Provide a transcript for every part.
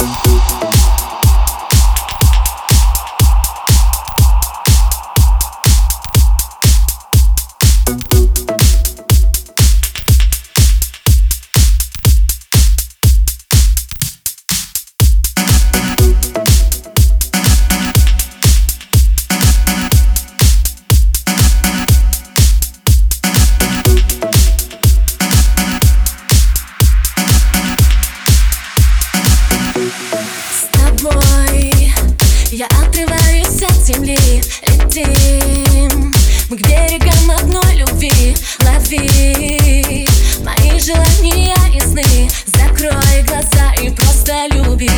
Я отрываюсь от земли, летим мы к берегам одной любви. Лови мои желания и сны, закрой глаза и просто люби.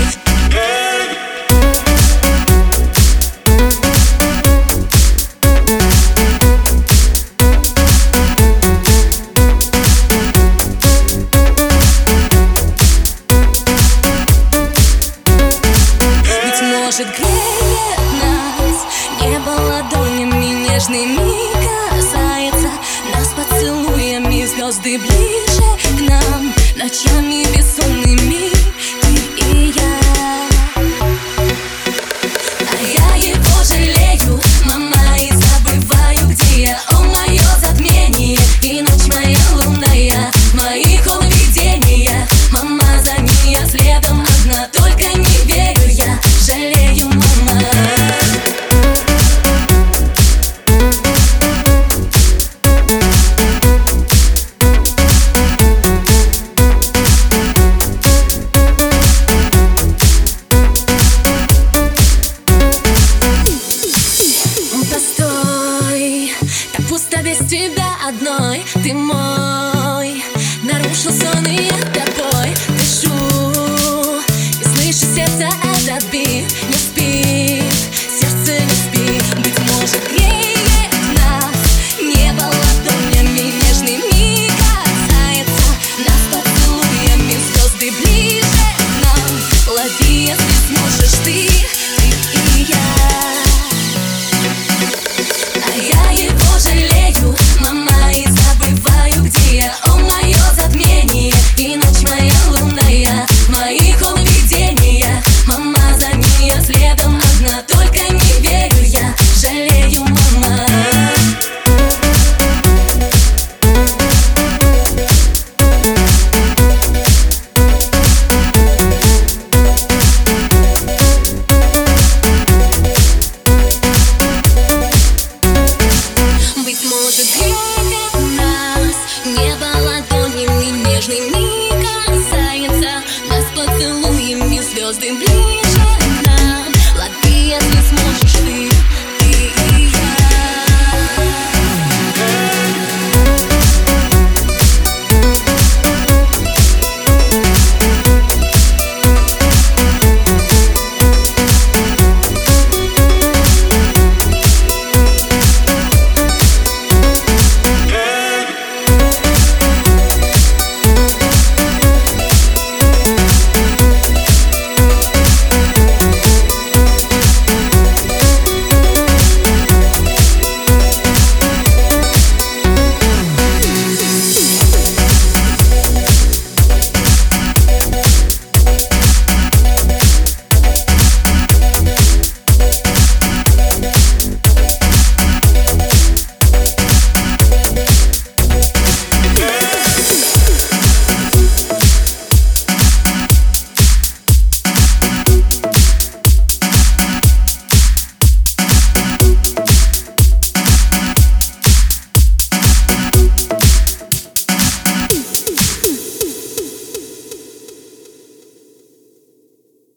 Может, греет нас небо ладонями нежными, касается нас поцелуями, звезды ближе к нам, ночами бессонными, ты и я. А я его жалею, мама, и забываю, где я. О, мое затмение и ночь моя лунная, мои видения. Мама, за ней я следом одна, только не верю я. Жалею, мама. Постой, так пусто без тебя одной. Ты мой, нарушил сон и я тобой дышу, и слышу сердце этот бит. Не спит, сердце не спит. Быть может, греет нас небо ладонями нежными, касается нас поцелуями, звезды ближе к нам. Лови, если сможешь ты и я. А я его жалею, мама, и забываю, где я. О, мое затмение и ночь моя лунная, мои видения. Мама, за ней я следом одна, только не верю я. Жалею, мама. Быть может, греет нас небо ладонями нежными, касается нас поцелуями, звезды ближе.